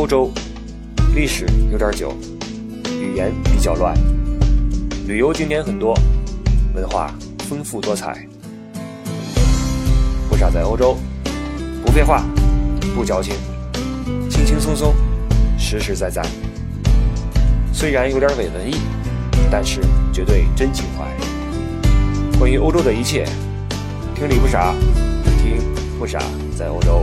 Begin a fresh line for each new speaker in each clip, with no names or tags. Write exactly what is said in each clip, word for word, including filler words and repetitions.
洲历史有点久，语言比较乱，旅游景点很多，文化丰富多彩。不傻在欧洲，不废话，不矫情，轻轻松松，实实在在。虽然有点伪文艺，但是绝对真情怀。关于欧洲的一切，听理不傻，听不傻在欧洲。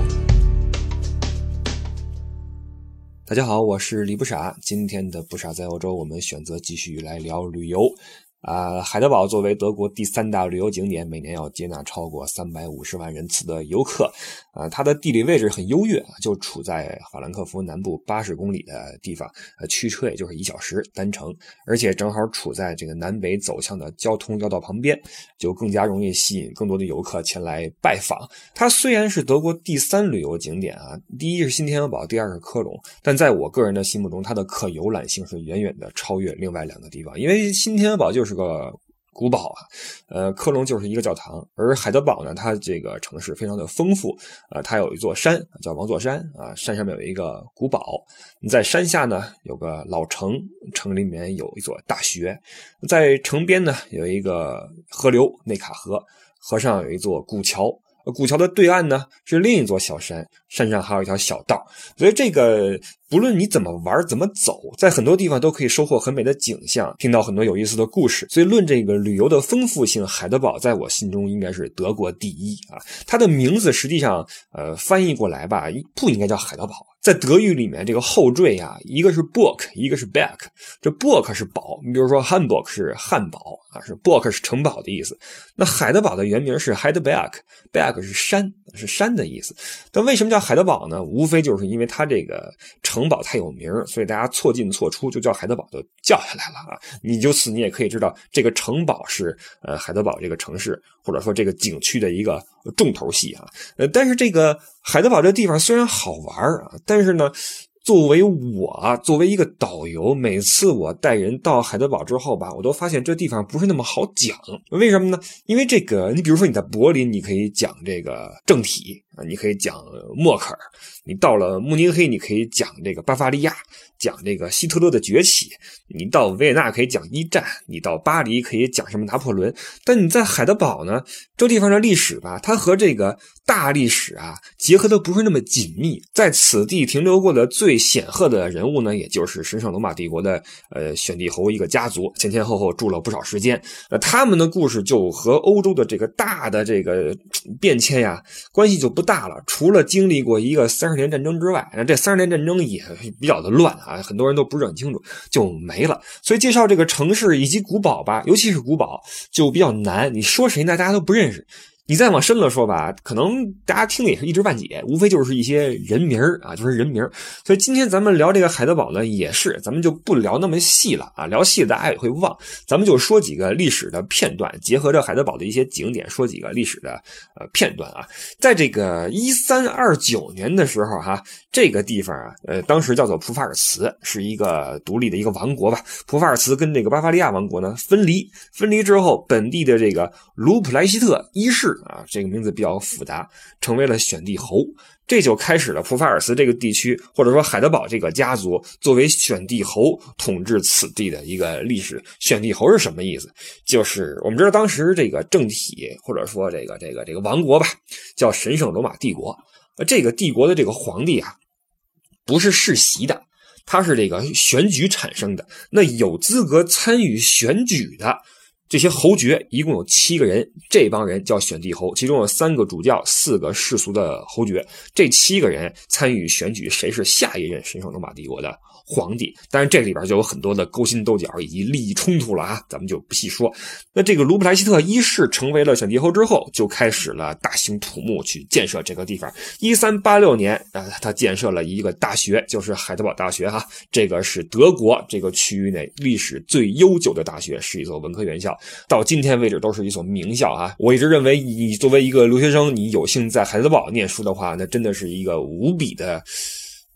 大家好，我是李不傻。今天的不傻在欧洲，我们选择继续来聊旅游。啊，海德堡作为德国第三大旅游景点，每年要接纳超过三百五十万人次的游客。啊，它的地理位置很优越，就处在法兰克福南部八十公里的地方，呃，驱车也就是一小时单程，而且正好处在这个南北走向的交通要道旁边，就更加容易吸引更多的游客前来拜访。它虽然是德国第三旅游景点啊，第一是新天鹅堡，第二是科隆，但在我个人的心目中，它的可游览性是远远的超越另外两个地方，因为新天鹅堡就是个古堡啊，呃，科隆就是一个教堂，而海德堡呢，它这个城市非常的丰富，呃，它有一座山叫王座山啊，山上面有一个古堡，你在山下呢有个老城，城里面有一座大学，在城边呢有一个河流内卡河，河上有一座古桥。古桥的对岸呢是另一座小山，山上还有一条小道，所以这个不论你怎么玩怎么走，在很多地方都可以收获很美的景象，听到很多有意思的故事。所以论这个旅游的丰富性，海德堡在我心中应该是德国第一啊。它的名字实际上呃翻译过来吧，不应该叫海德堡，在德语里面这个后缀啊，一个是 Burg， 一个是 Berg。这 Burg 是堡，你比如说 Hamburg 是汉堡啊，是 Burg 是城堡的意思。那海德堡的原名是 Heidelberg，Berg 是山，是山的意思。但为什么叫海德堡呢？无非就是因为它这个城堡太有名，所以大家错进错出就叫海德堡就叫下来了啊。你就此你也可以知道，这个城堡是呃海德堡这个城市或者说这个景区的一个重头戏啊。呃，但是这个海德堡这地方虽然好玩啊，但是呢，作为我作为一个导游，每次我带人到海德堡之后吧，我都发现这地方不是那么好讲。为什么呢？因为这个，你比如说你在柏林，你可以讲这个政体啊，你可以讲默克尔；你到了慕尼黑，你可以讲这个巴伐利亚，讲这个希特勒的崛起；你到维也纳可以讲一战；你到巴黎可以讲什么拿破仑。但你在海德堡呢，这地方的历史吧，它和这个大历史啊结合的不是那么紧密。在此地停留过的最显赫的人物呢，也就是神圣罗马帝国的呃选帝侯一个家族，前前后后住了不少时间。呃，他们的故事就和欧洲的这个大的这个变迁呀关系就不大了。除了经历过一个三十年战争之外，那这三十年战争也比较的乱啊，很多人都不是很清楚，就没了。所以介绍这个城市以及古堡吧，尤其是古堡就比较难。你说谁呢？大家都不认识。你再往深了说吧，可能大家听的也是一知半解，无非就是一些人名啊，就是人名。所以今天咱们聊这个海德堡呢，也是咱们就不聊那么细了啊，聊细了大家也会忘，咱们就说几个历史的片段，结合着海德堡的一些景点，说几个历史的呃片段啊。在这个一三二九年的时候哈，这个地方啊，呃，当时叫做普法尔茨，是一个独立的一个王国吧。普法尔茨跟这个巴伐利亚王国呢分离，分离之后，本地的这个卢普莱希特一世啊，这个名字比较复杂，成为了选帝侯。这就开始了普法尔茨这个地区，或者说海德堡这个家族作为选帝侯统治此地的一个历史。选帝侯是什么意思？就是我们知道当时这个政体或者说这个这个这个王国吧，叫神圣罗马帝国。这个帝国的这个皇帝啊，不是世袭的，他是这个选举产生的。那有资格参与选举的这些侯爵一共有七个人，这帮人叫选帝侯，其中有三个主教，四个世俗的侯爵。这七个人参与选举谁是下一任神圣罗马帝国的皇帝，当然这里边就有很多的勾心斗角以及利益冲突了啊，咱们就不细说。那这个卢普莱希特一世成为了选帝侯之后，就开始了大兴土木去建设这个地方。一三八六年啊，他建设了一个大学，就是海德堡大学哈，这个是德国这个区域内历史最悠久的大学，是一所文科院校，到今天为止都是一所名校啊。我一直认为你作为一个留学生，你有幸在海德堡念书的话，那真的是一个无比的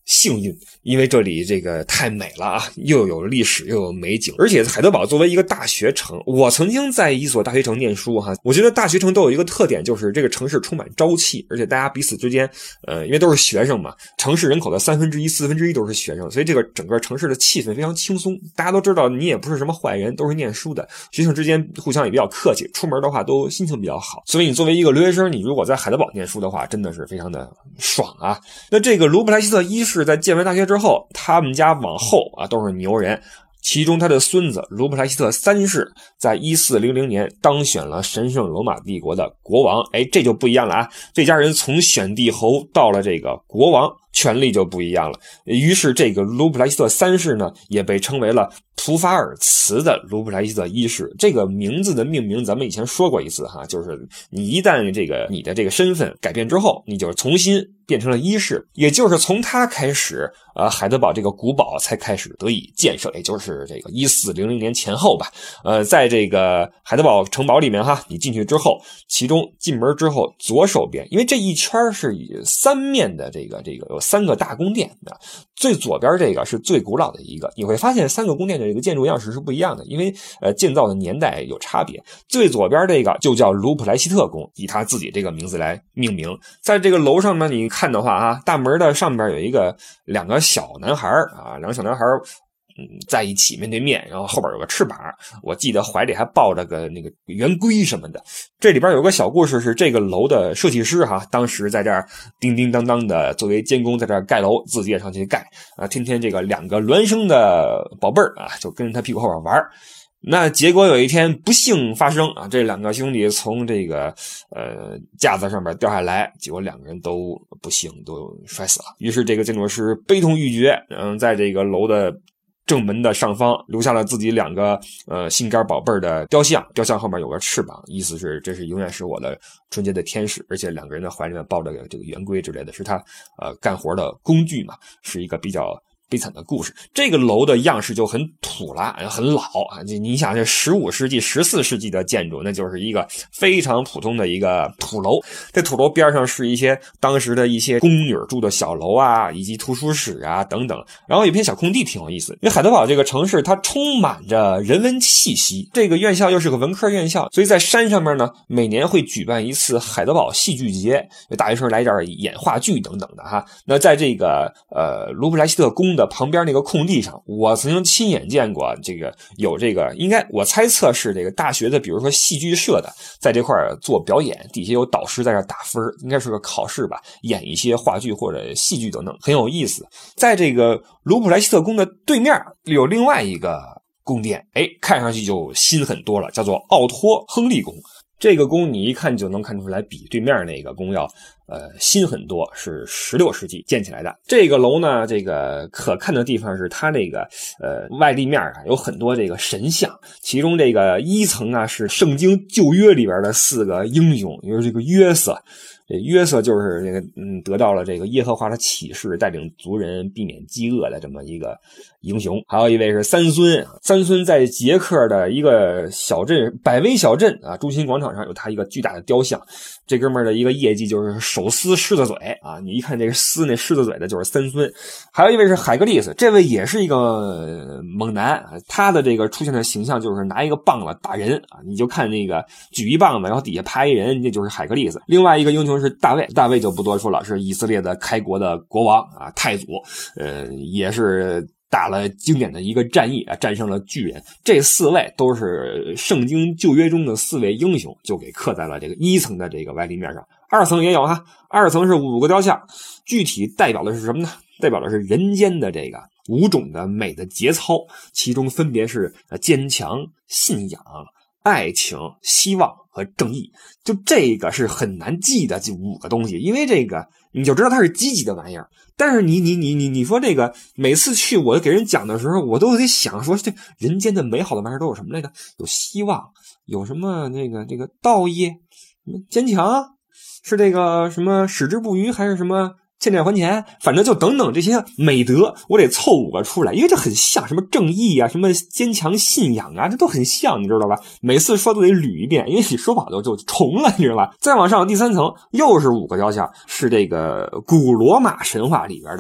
幸运，因为这里这个太美了啊，又有历史又有美景。而且海德堡作为一个大学城，我曾经在一所大学城念书哈，我觉得大学城都有一个特点，就是这个城市充满朝气，而且大家彼此之间呃，因为都是学生嘛，城市人口的三分之一四分之一都是学生，所以这个整个城市的气氛非常轻松。大家都知道你也不是什么坏人，都是念书的，学生之间互相也比较客气，出门的话都心情比较好。所以你作为一个留学生，你如果在海德堡念书的话，真的是非常的爽啊。那这个卢布莱希特一世在建完大学之后，他们家往后啊都是牛人，其中他的孙子卢布莱希特三世在一四零零年当选了神圣罗马帝国的国王。哎，这就不一样了啊，这家人从选帝侯到了这个国王，权力就不一样了。于是这个卢布莱希特三世呢，也被称为了图法尔茨的卢布莱希特一世。这个名字的命名咱们以前说过一次哈，就是你一旦这个你的这个身份改变之后，你就重新变成了一世，也就是从他开始呃，海德堡这个古堡才开始得以建设，也就是这个一四零零年前后吧。呃，在这个海德堡城堡里面哈，你进去之后，其中进门之后左手边，因为这一圈是以三面的这个这个有三个大宫殿的，最左边这个是最古老的一个，你会发现三个宫殿的这个建筑样式是不一样的，因为呃建造的年代有差别。最左边这个就叫卢普莱希特宫，以他自己这个名字来命名。在这个楼上面你看的话啊，大门的上面有一个两个小男孩啊，两个小男孩嗯，在一起面对面，然后后边有个翅膀，我记得怀里还抱着个那个圆规什么的。这里边有个小故事，是这个楼的设计师哈，当时在这儿叮叮当当的作为监工在这儿盖楼，自己也上去盖啊，天天这个两个孪生的宝贝儿啊，就跟着他屁股后边玩。那结果有一天不幸发生啊，这两个兄弟从这个呃架子上面掉下来，结果两个人都不幸都摔死了。于是这个建筑师悲痛欲绝，嗯，在这个楼的正门的上方留下了自己两个呃心肝宝贝的雕像，雕像后面有个翅膀，意思是这是永远是我的纯洁的天使，而且两个人的怀里面抱着这个圆规之类的，是他呃干活的工具嘛，是一个比较悲惨的故事。这个楼的样式就很土了，很老啊！你想，这十五世纪、十四世纪的建筑，那就是一个非常普通的一个土楼。这土楼边上是一些当时的一些宫女住的小楼啊，以及图书室啊等等。然后有片小空地挺有意思，因为海德堡这个城市它充满着人文气息。这个院校又是个文科院校，所以在山上面呢，每年会举办一次海德堡戏剧节，大学生来这儿演话剧等等的哈。那在这个呃卢布莱希特宫的旁边那个空地上，我曾经亲眼见过这个有这个，应该我猜测是这个大学的，比如说戏剧社的，在这块做表演，底下有导师在这打分，应该是个考试吧，演一些话剧或者戏剧等等，很有意思。在这个卢普莱希特宫的对面有另外一个宫殿，哎，看上去就新很多了，叫做奥托亨利宫。这个宫你一看就能看出来，比对面那个宫要呃新很多，是十六世纪建起来的。这个楼呢，这个可看的地方是它那个呃外立面啊有很多这个神像，其中这个一层啊是圣经旧约里边的四个英雄，比如这个约瑟。这约瑟就是这个嗯得到了这个耶和华的启示，带领族人避免饥饿的这么一个英雄。还有一位是三孙，三孙在捷克的一个小镇百威小镇啊中心广场上有他一个巨大的雕像。这哥们儿的一个业绩就是手撕狮子嘴啊，你一看这个撕那狮子嘴的就是三孙。还有一位是海格力斯，这位也是一个猛男啊，他的这个出现的形象就是拿一个棒子打人啊，你就看那个举一棒子然后底下趴一人，这就是海格力斯。另外一个英雄是大卫，大卫就不多说了，是以色列的开国的国王啊，太祖，呃，也是打了经典的一个战役啊，战胜了巨人。这四位都是圣经旧约中的四位英雄，就给刻在了这个一层的这个外立面上。二层也有哈，二层是五个雕像，具体代表的是什么呢？代表的是人间的这个五种的美的节操，其中分别是坚强、信仰、爱情、希望和正义。就这个是很难记的这五个东西，因为这个你就知道它是积极的玩意儿。但是你你你你你说这个每次去我给人讲的时候，我都得想说这人间的美好的玩意儿都有什么来着？有希望，有什么那个这个道义，坚强，是这个什么矢志不渝，还是什么欠债还钱，反正就等等这些美德，我得凑五个出来，因为这很像什么正义啊，什么坚强信仰啊，这都很像，你知道吧？每次说都得捋一遍，因为你说不好就就重了，你知道吧？再往上第三层又是五个雕像，是这个古罗马神话里边的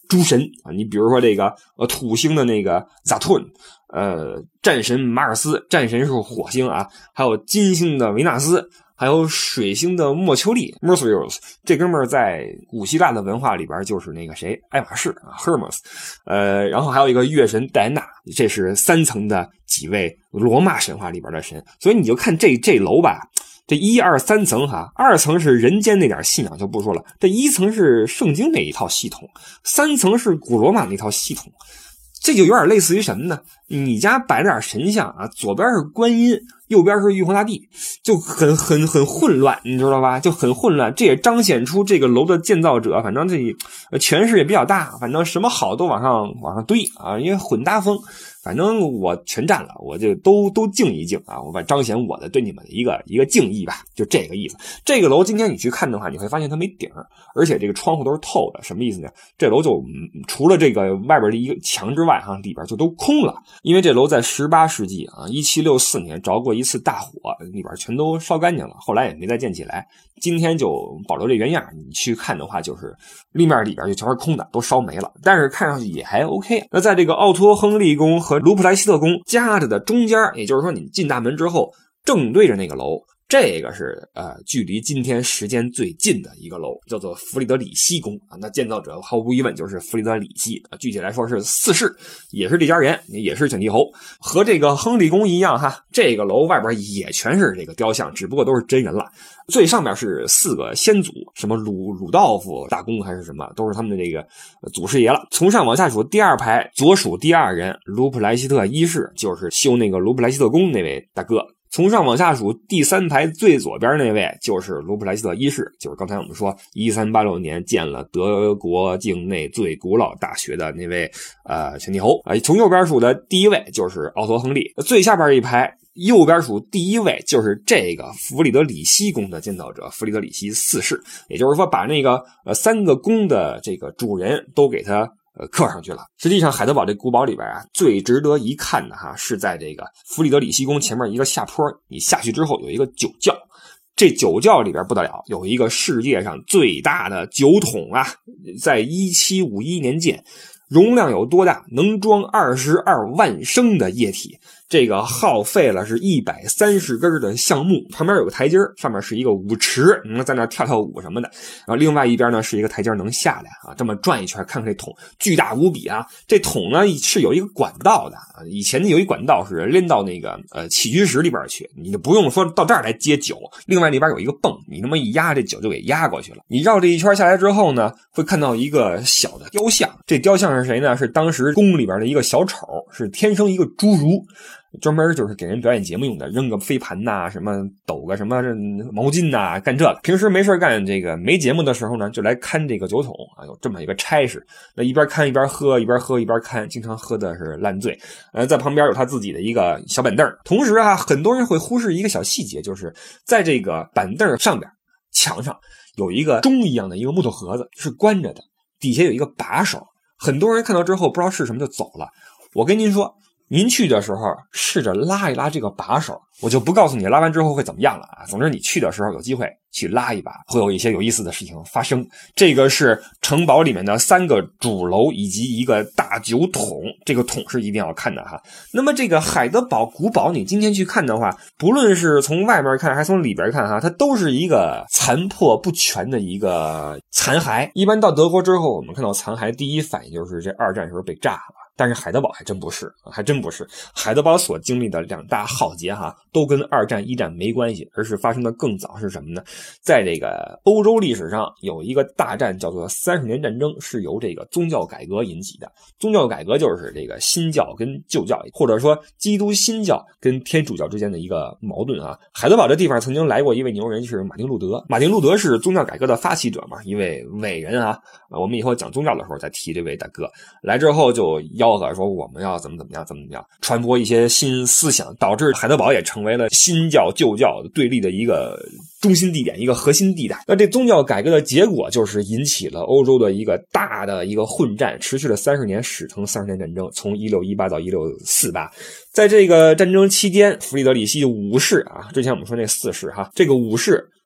诸神啊，你比如说这个呃土星的那个 Saturn， 呃战神马尔斯，战神是火星啊，还有金星的维纳斯，还有水星的莫丘利 Mercurius， 这哥们儿在古希腊的文化里边就是那个谁爱马仕啊 Hermes， 呃然后还有一个月神戴安娜，这是三层的几位罗马神话里边的神。所以你就看这这楼吧，这一二三层哈，二层是人间那点信仰就不说了，这一层是圣经那一套系统，三层是古罗马那套系统。这就有点类似于什么呢？你家摆了点神像啊，左边是观音，右边是玉皇大帝，就很很很混乱，你知道吧？就很混乱。这也彰显出这个楼的建造者，反正这权势也比较大，反正什么好都往上往上堆啊，因为混搭风。反正我全占了，我就都都敬一敬啊，我把彰显我的对你们的一个一个敬意吧，就这个意思。这个楼今天你去看的话，你会发现它没顶，而且这个窗户都是透的，什么意思呢？这楼就、嗯、除了这个外边的一个墙之外哈，里边就都空了，因为这楼在十八世纪啊，一七六四年着过一次大火，里边全都烧干净了，后来也没再建起来。今天就保留这原样，你去看的话，就是立面里边就全是空的，都烧没了，但是看上去也还 OK。那在这个奥托亨利宫和卢普莱希特宫夹着的中间，也就是说你进大门之后正对着那个楼，这个是呃距离今天时间最近的一个楼，叫做弗里德里希宫啊。那建造者毫无疑问就是弗里德里希啊，具体来说是四世，也是这家人，也是景帝侯，和这个亨利宫一样哈。这个楼外边也全是这个雕像，只不过都是真人了。最上面是四个先祖，什么鲁鲁道夫大公还是什么，都是他们的这个祖师爷了。从上往下数，第二排左数第二人卢普莱希特一世，就是修那个卢普莱希特宫那位大哥。从上往下数，第三排最左边那位就是卢普莱希特一世，就是刚才我们说一三八六年建了德国境内最古老大学的那位呃全帝侯啊。从右边数的第一位就是奥托亨利，最下边一排右边数第一位就是这个弗里德里希宫的建造者弗里德里希四世，也就是说把那个呃三个宫的这个主人都给他呃，刻上去了。实际上海德堡这古堡里边啊，最值得一看的哈，是在这个弗里德里希宫前面一个下坡，你下去之后有一个酒窖，这酒窖里边不得了，有一个世界上最大的酒桶啊，在一七五一年建，容量有多大？能装二十二万升的液体。这个耗费了是一百三十根的橡木，旁边有个台阶，上面是一个舞池，能在那跳跳舞什么的。然后另外一边呢是一个台阶能下来啊，这么转一圈看看这桶巨大无比啊。这桶呢是有一个管道的啊，以前有一管道是连到那个呃起居室里边去，你就不用说到这儿来接酒。另外那边有一个泵，你那么一压，这酒就给压过去了。你绕这一圈下来之后呢，会看到一个小的雕像，这雕像是谁呢？是当时宫里边的一个小丑，是天生一个侏儒。专门就是给人表演节目用的，扔个飞盘呐、啊，什么抖个什么毛巾呐、啊，干这个。平时没事干，这个没节目的时候呢，就来看这个酒桶啊，有这么一个差事。那一边看一边喝，一边喝一边看，经常喝的是烂醉。呃，在旁边有他自己的一个小板凳。同时啊，很多人会忽视一个小细节，就是在这个板凳上边墙上有一个钟一样的一个木头盒子，是关着的，底下有一个把手。很多人看到之后不知道是什么就走了。我跟您说，您去的时候试着拉一拉这个把手，我就不告诉你拉完之后会怎么样了啊。总之你去的时候有机会去拉一把，会有一些有意思的事情发生。这个是城堡里面的三个主楼以及一个大酒桶，这个桶是一定要看的哈。那么这个海德堡古堡你今天去看的话，不论是从外面看还是从里边看哈，它都是一个残破不全的一个残骸。一般到德国之后，我们看到残骸第一反应就是这二战时候被炸了。但是海德堡还真不是，还真不是。海德堡所经历的两大浩劫哈，都跟二战一战没关系，而是发生的更早。是什么呢？在这个欧洲历史上有一个大战叫做三十年战争，是由这个宗教改革引起的。宗教改革就是这个新教跟旧教，或者说基督新教跟天主教之间的一个矛盾啊。海德堡这地方曾经来过一位牛人，是马丁路德。马丁路德是宗教改革的发起者嘛，一位伟人啊。我们以后讲宗教的时候再提这位大哥。来之后就要吆喝说我们要怎么怎么样怎么怎么样，传播一些新思想，导致海德堡也成为了新教旧教对立的一个中心地点，一个核心地带。那这宗教改革的结果就是引起了欧洲的一个大的一个混战，持续了三十年，史称三十年战争，从一六一八到一六四八。在这个战争期间，弗里德里希五世啊，之前我们说那四世哈，这个五世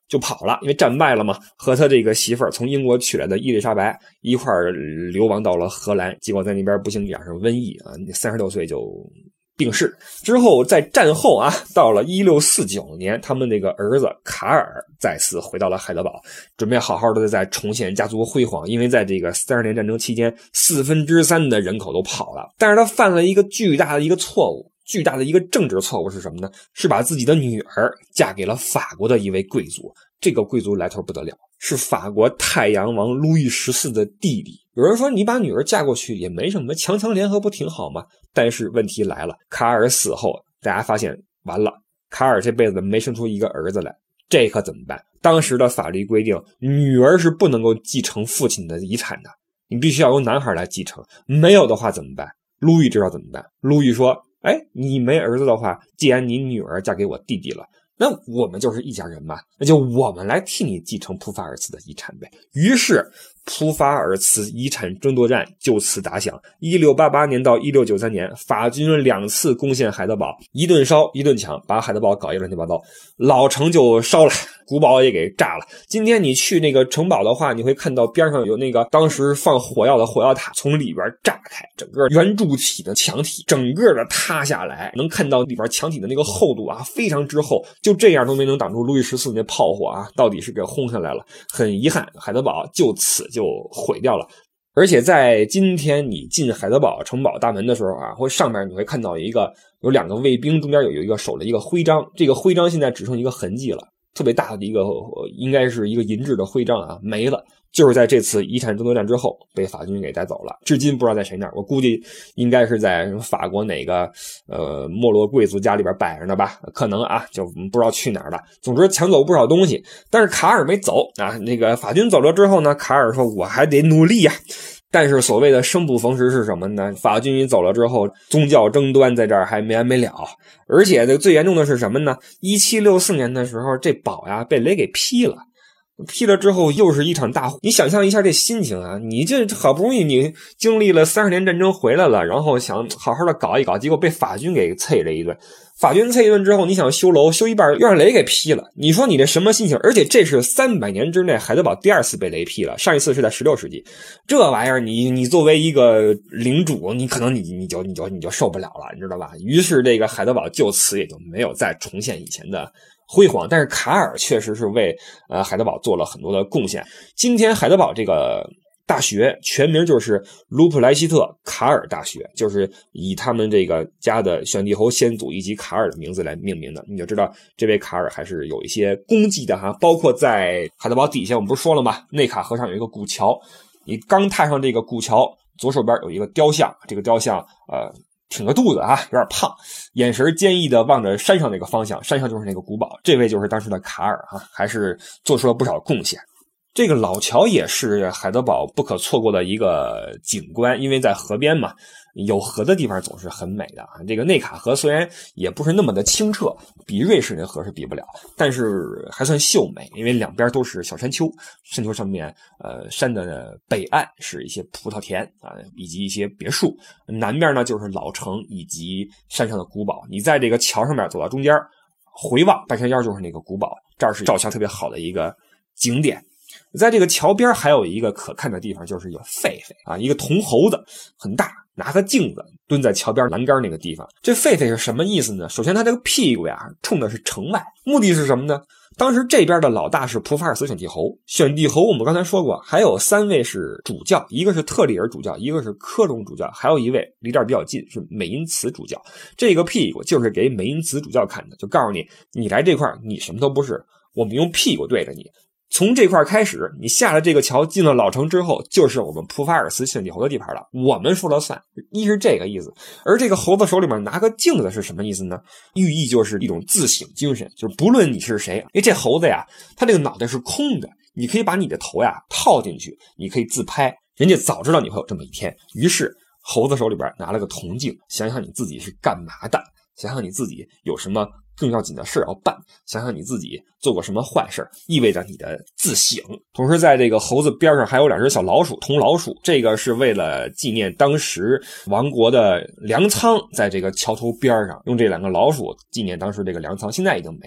就跑了，因为战败了嘛，和他这个媳妇儿从英国娶来的伊丽莎白一块儿流亡到了荷兰，结果在那边不幸染上瘟疫啊，三十六岁就病逝。之后在战后啊，到了一六四九年，他们那个儿子卡尔再次回到了海德堡，准备好好的再重现家族辉煌。因为在这个三十年战争期间，四分之三的人口都跑了，但是他犯了一个巨大的一个错误。巨大的一个政治错误是什么呢？是把自己的女儿嫁给了法国的一位贵族。这个贵族来头不得了，是法国太阳王路易十四的弟弟。有人说你把女儿嫁过去也没什么，强强联合不挺好吗？但是问题来了，卡尔死后，大家发现完了，卡尔这辈子没生出一个儿子来，这可怎么办？当时的法律规定，女儿是不能够继承父亲的遗产的，你必须要由男孩来继承，没有的话怎么办？路易知道怎么办？路易说，哎，你没儿子的话，既然你女儿嫁给我弟弟了，那我们就是一家人嘛，那就我们来替你继承普法尔茨的遗产呗。于是普法尔茨遗产争夺战就此打响。一六八八年到一六九三年，法军两次攻陷海德堡，一顿烧一顿抢，把海德堡搞一乱七八糟，老城就烧了，古堡也给炸了。今天你去那个城堡的话，你会看到边上有那个当时放火药的火药塔从里边炸开，整个圆柱体的墙体整个的塌下来，能看到里边墙体的那个厚度啊，非常之厚，就这样都没能挡住路易十四那炮火啊，到底是给轰下来了。很遗憾，海德堡就此就毁掉了。而且在今天你进海德堡城堡大门的时候啊，会上面你会看到一个有两个卫兵，中间有有一个守了一个徽章，这个徽章现在只剩一个痕迹了，特别大的一个应该是一个银质的徽章啊，没了。就是在这次遗产争夺战之后被法军给带走了，至今不知道在谁那儿，我估计应该是在法国哪个呃没落贵族家里边摆着呢吧，可能啊就不知道去哪儿了。总之抢走不少东西，但是卡尔没走啊。那个法军走了之后呢，卡尔说我还得努力呀、啊。但是所谓的生不逢时是什么呢？法军走了之后，宗教争端在这儿还没完没了。而且这最严重的是什么呢？一七六四年的时候，这堡呀被雷给劈了。劈了之后又是一场大火，你想象一下这心情啊！你这好不容易你经历了三十年战争回来了，然后想好好的搞一搞，结果被法军给啐了一顿。法军啐一顿之后，你想修楼，修一半又让雷给劈了，你说你这什么心情？而且这是三百年之内海德堡第二次被雷劈了，上一次是在十六世纪。这玩意儿你你作为一个领主，你可能你你就你就你就受不了了，你知道吧？于是这个海德堡就此也就没有再重现以前的辉煌。但是卡尔确实是为呃海德堡做了很多的贡献。今天海德堡这个大学全名就是卢普莱希特卡尔大学，就是以他们这个家的选帝侯先祖以及卡尔的名字来命名的。你就知道这位卡尔还是有一些功绩的哈，包括在海德堡底下我们不是说了吗？内卡河上有一个古桥，你刚踏上这个古桥，左手边有一个雕像，这个雕像呃挺个肚子啊，有点胖，眼神坚毅的望着山上那个方向，山上就是那个古堡。这位就是当时的卡尔啊，还是做出了不少贡献。这个老桥也是海德堡不可错过的一个景观，因为在河边嘛，有河的地方总是很美的啊。这个内卡河虽然也不是那么的清澈，比瑞士那河是比不了，但是还算秀美，因为两边都是小山丘，山丘上面呃山的北岸是一些葡萄田啊，以及一些别墅，南面呢就是老城以及山上的古堡。你在这个桥上面走到中间，回望半山腰就是那个古堡，这儿是照相特别好的一个景点。在这个桥边还有一个可看的地方，就是有狒狒啊，一个铜猴子，很大，拿个镜子蹲在桥边栏杆那个地方。这狒狒是什么意思呢？首先它这个屁股呀冲的是城外，目的是什么呢？当时这边的老大是普法尔茨选帝侯，选帝侯我们刚才说过，还有三位是主教，一个是特里尔主教，一个是科隆主教，还有一位离这儿比较近是美因茨主教。这个屁股就是给美因茨主教看的，就告诉你，你来这块你什么都不是，我们用屁股对着你。从这块开始，你下了这个桥进了老城之后，就是我们普法尔茨选帝侯的地盘了，我们说了算，一是这个意思。而这个猴子手里面拿个镜子是什么意思呢？寓意就是一种自省精神，就是不论你是谁，因为这猴子呀，它这个脑袋是空的，你可以把你的头呀套进去，你可以自拍，人家早知道你会有这么一天。于是猴子手里边拿了个铜镜，想想你自己是干嘛的，想想你自己有什么更要紧的事要办，想想你自己做过什么坏事，意味着你的自省。同时在这个猴子边上还有两只小老鼠，铜老鼠，这个是为了纪念当时亡国的粮仓，在这个桥头边上用这两个老鼠纪念当时这个粮仓，现在已经没了哈。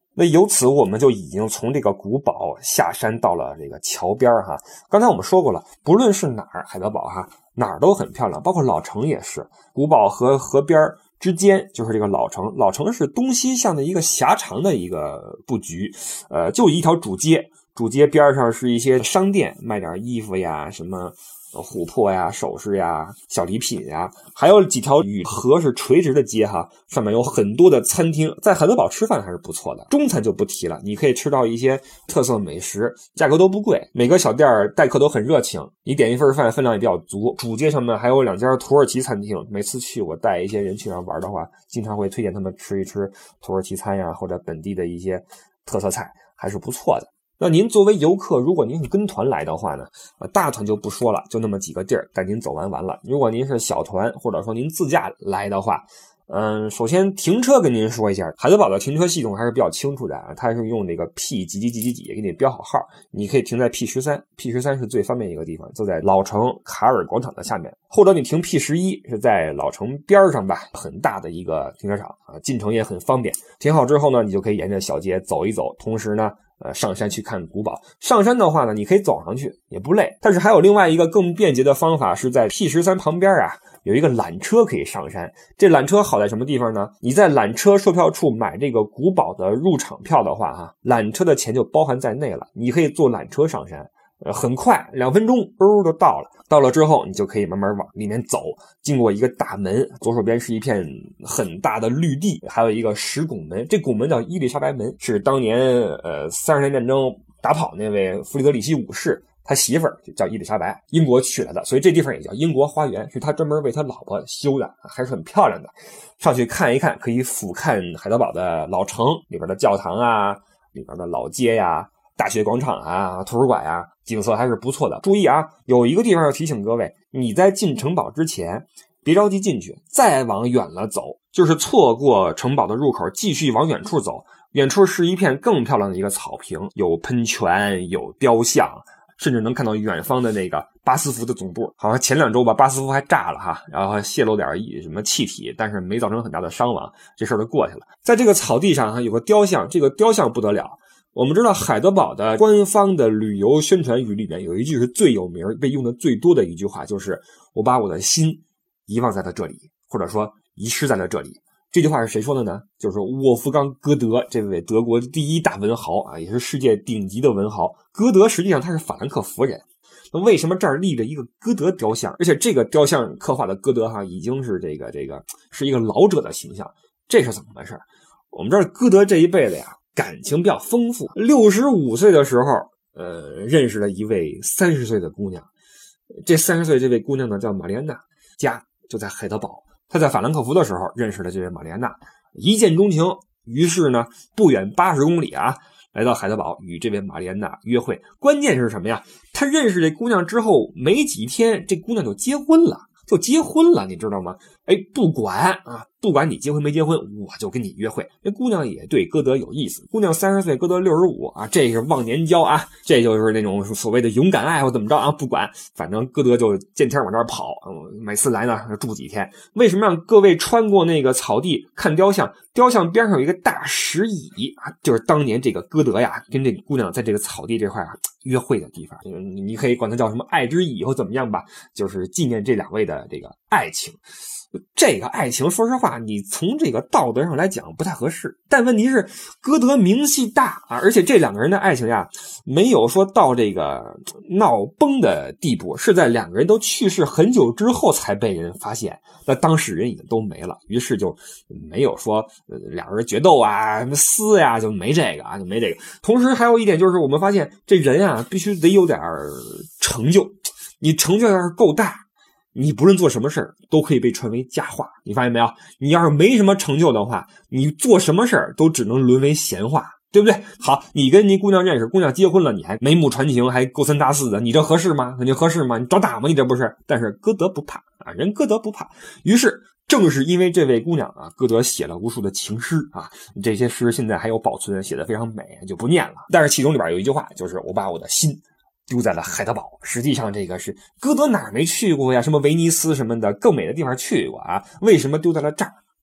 那由此我们就已经从这个古堡下山到了这个桥边哈。刚才我们说过了，不论是哪儿，海德堡哈哪儿都很漂亮，包括老城也是。古堡和河边之间就是这个老城，老城是东西向的一个狭长的一个布局，呃，就一条主街，主街边上是一些商店，卖点衣服呀，什么琥珀呀、首饰呀、小礼品呀，还有几条与河是垂直的街哈，上面有很多的餐厅，在海德堡吃饭还是不错的。中餐就不提了，你可以吃到一些特色美食，价格都不贵，每个小店待客都很热情，你点一份饭分量也比较足。主街上面还有两家土耳其餐厅，每次去我带一些人去那玩的话，经常会推荐他们吃一吃土耳其餐呀，或者本地的一些特色菜，还是不错的。那您作为游客，如果您是跟团来的话呢，呃，大团就不说了，就那么几个地儿带您走完完了。如果您是小团，或者说您自驾来的话，嗯，首先停车跟您说一下，海德堡的停车系统还是比较清楚的啊，它是用这个 P 几几几几几给你标好号，你可以停在 P 十三， P 十三是最方便一个地方，就在老城卡尔广场的下面，或者你停 P 十一是在老城边上吧，很大的一个停车场啊，进城也很方便。停好之后呢，你就可以沿着小街走一走，同时呢呃，上山去看古堡。上山的话呢，你可以走上去，也不累。但是还有另外一个更便捷的方法，是在 P 十三 旁边啊，有一个缆车可以上山。这缆车好在什么地方呢？你在缆车售票处买这个古堡的入场票的话哈，缆车的钱就包含在内了，你可以坐缆车上山。呃，很快，两分钟，嗷就到了。到了之后，你就可以慢慢往里面走，经过一个大门，左手边是一片很大的绿地，还有一个石拱门。这拱门叫伊丽莎白门，是当年呃三十年战争打跑那位弗里德里希五世他媳妇儿叫伊丽莎白，英国娶来的，所以这地方也叫英国花园，是他专门为他老婆修的，还是很漂亮的。上去看一看，可以俯瞰海德堡的老城里边的教堂啊，里边的老街呀、大学广场啊、图书馆啊，景色还是不错的。注意啊，有一个地方要提醒各位，你在进城堡之前别着急进去，再往远了走，就是错过城堡的入口，继续往远处走。远处是一片更漂亮的一个草坪，有喷泉，有雕像，甚至能看到远方的那个巴斯夫的总部。好像前两周吧，巴斯夫还炸了哈，然后泄露点什么气体，但是没造成很大的伤亡，这事儿就过去了。在这个草地上哈，有个雕像，这个雕像不得了。我们知道海德堡的官方的旅游宣传语里面有一句是最有名被用的最多的一句话，就是我把我的心遗忘在了这里，或者说遗失在了这里。这句话是谁说的呢？就是沃夫冈·歌德，这位德国第一大文豪啊，也是世界顶级的文豪。歌德实际上他是法兰克福人，那为什么这儿立着一个歌德雕像？而且这个雕像刻画的歌德哈，已经是这个这个是一个老者的形象，这是怎么回事？我们知道歌德这一辈子呀，感情比较丰富。六十五岁的时候，呃，认识了一位三十岁的姑娘。这三十岁这位姑娘呢，叫玛丽安娜，家就在海德堡。他在法兰克福的时候认识了这位玛丽安娜，一见钟情，于是呢，不远八十公里啊，来到海德堡与这位玛丽安娜约会。关键是什么呀？他认识这姑娘之后没几天，这姑娘就结婚了。就结婚了，你知道吗？哎，不管啊，不管你结婚没结婚，我就跟你约会。那姑娘也对歌德有意思，姑娘三十岁，歌德六十五啊，这是忘年交啊，这就是那种所谓的勇敢爱或怎么着啊，不管，反正歌德就见天往这儿跑，嗯，每次来呢住几天。为什么让各位穿过那个草地看雕像？雕像边上有一个大石椅啊，就是当年这个歌德呀跟这个姑娘在这个草地这块啊约会的地方。你可以管它叫什么爱之椅或怎么样吧，就是纪念这两位的这个爱情。这个爱情说实话你从这个道德上来讲不太合适，但问题是歌德名气大啊，而且这两个人的爱情呀没有说到这个闹崩的地步，是在两个人都去世很久之后才被人发现，那当事人已经都没了，于是就没有说、呃、两个人决斗啊什么撕呀，就没这个啊，就没这个。同时还有一点就是我们发现这人啊必须得有点成就，你成就要是够大，你不论做什么事儿都可以被传为佳话，你发现没有？你要是没什么成就的话，你做什么事儿都只能沦为闲话，对不对？好，你跟你姑娘认识，姑娘结婚了，你还眉目传情，还勾三搭四的，你这合适吗？你合适吗？你找打吗？你这不是？但是歌德不怕啊，人歌德不怕。于是正是因为这位姑娘啊，歌德写了无数的情诗啊，这些诗现在还有保存，写得非常美，就不念了。但是其中里边有一句话，就是我把我的心丢在了海德堡。实际上这个是歌德哪儿没去过呀？什么威尼斯什么的更美的地方去过啊？为什么丢在了这儿？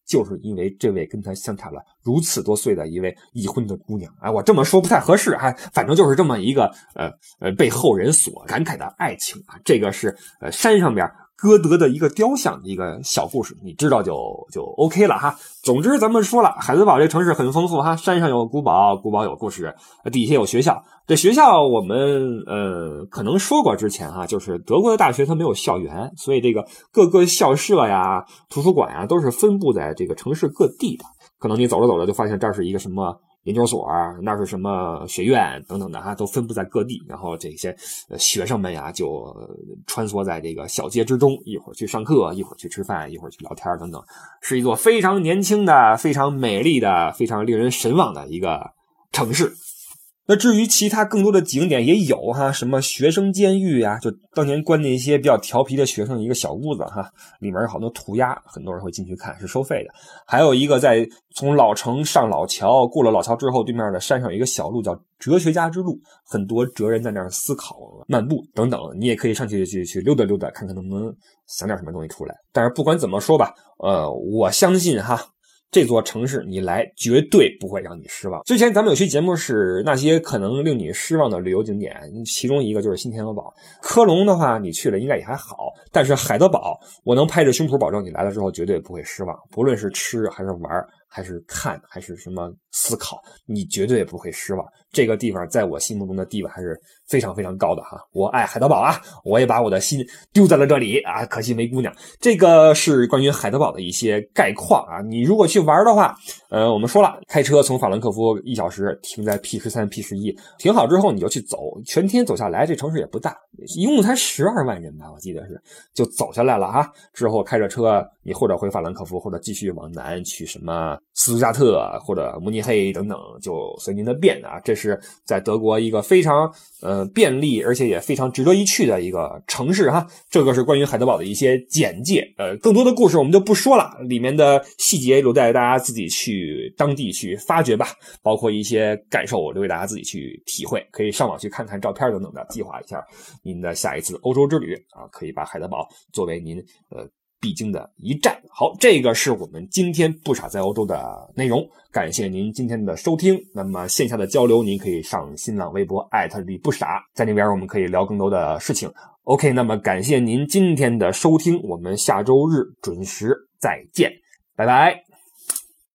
就是因为这位跟他相差了如此多岁的一位已婚的姑娘。哎，我这么说不太合适啊，反正就是这么一个呃呃被后人所感慨的爱情啊。这个是呃山上边歌德的一个雕像的一个小故事，你知道就就 OK 了哈。总之咱们说了，海德堡这城市很丰富哈，山上有古堡，古堡有故事，底下有学校。这学校我们呃可能说过之前哈，就是德国的大学它没有校园，所以这个各个校舍呀、图书馆呀都是分布在这个城市各地的。可能你走着走着就发现这是一个什么研究所，那是什么学院等等的哈，都分布在各地。然后这些学生们呀就穿梭在这个小街之中，一会儿去上课，一会儿去吃饭，一会儿去聊天等等，是一座非常年轻的、非常美丽的、非常令人神往的一个城市。那至于其他更多的景点也有哈，什么学生监狱啊，就当年关那些比较调皮的学生一个小屋子哈，里面有好多涂鸦，很多人会进去看，是收费的。还有一个在从老城上老桥，过了老桥之后，对面的山上有一个小路叫哲学家之路，很多哲人在那儿思考、漫步等等，你也可以上去去去溜达溜达，看看能不能想点什么东西出来。但是不管怎么说吧，呃，我相信哈。这座城市你来绝对不会让你失望。之前咱们有期节目是那些可能令你失望的旅游景点，其中一个就是新天鹅堡。科隆的话你去了应该也还好，但是海德堡我能拍着胸脯保证你来了之后绝对不会失望，不论是吃还是玩还是看还是什么思考，你绝对不会失望。这个地方在我心目中的地位还是非常非常高的哈，我爱海德堡啊，我也把我的心丢在了这里啊，可惜没姑娘。这个是关于海德堡的一些概况啊，你如果去玩的话，呃，我们说了，开车从法兰克福一小时停在 P 十三 P 十一， 停好之后你就去走，全天走下来，这城市也不大，一共才十二万人吧，我记得是，就走下来了哈。之后开着车，你或者回法兰克福，或者继续往南去什么斯图加特或者慕尼黑等等，就随您的便啊。这是在德国一个非常呃便利而且也非常值得一去的一个城市哈。这个是关于海德堡的一些简介，呃，更多的故事我们就不说了，里面的细节留待大家自己去当地去发掘吧，包括一些感受留给大家自己去体会，可以上网去看看照片等等的，计划一下您的下一次欧洲之旅啊，可以把海德堡作为您呃必经的一站。好，这个是我们今天不傻在欧洲的内容，感谢您今天的收听。那么线下的交流您可以上新浪微博艾特李不傻，在那边我们可以聊更多的事情。 OK， 那么感谢您今天的收听，我们下周日准时再见，拜拜。